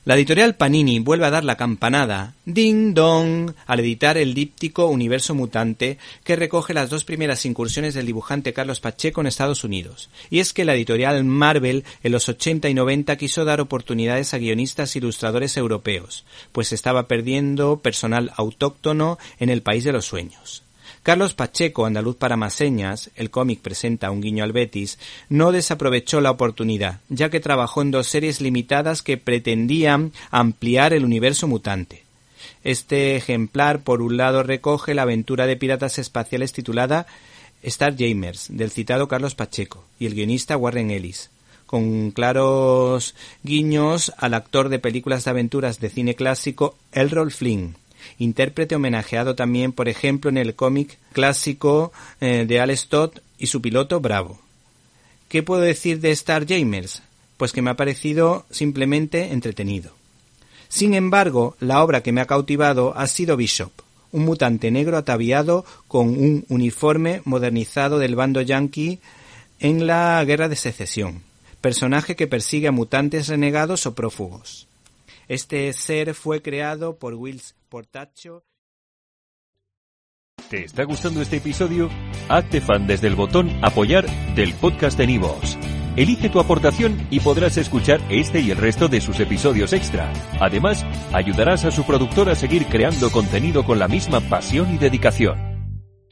La editorial Panini vuelve a dar la campanada, ¡ding dong!, al editar el díptico Universo Mutante, que recoge las 2 primeras incursiones del dibujante Carlos Pacheco en Estados Unidos. Y es que la editorial Marvel en los 80 y 90 quiso dar oportunidades a guionistas e ilustradores europeos, pues estaba perdiendo personal autóctono en el país de los sueños. Carlos Pacheco, andaluz para más señas, el cómic presenta un guiño al Betis, no desaprovechó la oportunidad, ya que trabajó en 2 series limitadas que pretendían ampliar el universo mutante. Este ejemplar, por un lado, recoge la aventura de piratas espaciales titulada Starjamers, del citado Carlos Pacheco, y el guionista Warren Ellis, con claros guiños al actor de películas de aventuras de cine clásico Errol Flynn, intérprete homenajeado también, por ejemplo, en el cómic clásico de Alex Todd y su piloto Bravo. ¿Qué puedo decir de Starjamers? Pues que me ha parecido simplemente entretenido. Sin embargo, la obra que me ha cautivado ha sido Bishop, un mutante negro ataviado con un uniforme modernizado del bando yanqui en la Guerra de Secesión, personaje que persigue a mutantes renegados o prófugos. Este ser fue creado por Whilce Portacio. ¿Te está gustando este episodio? Hazte fan desde el botón Apoyar del podcast de Nivos. Elige tu aportación y podrás escuchar este y el resto de sus episodios extra. Además, ayudarás a su productor a seguir creando contenido con la misma pasión y dedicación.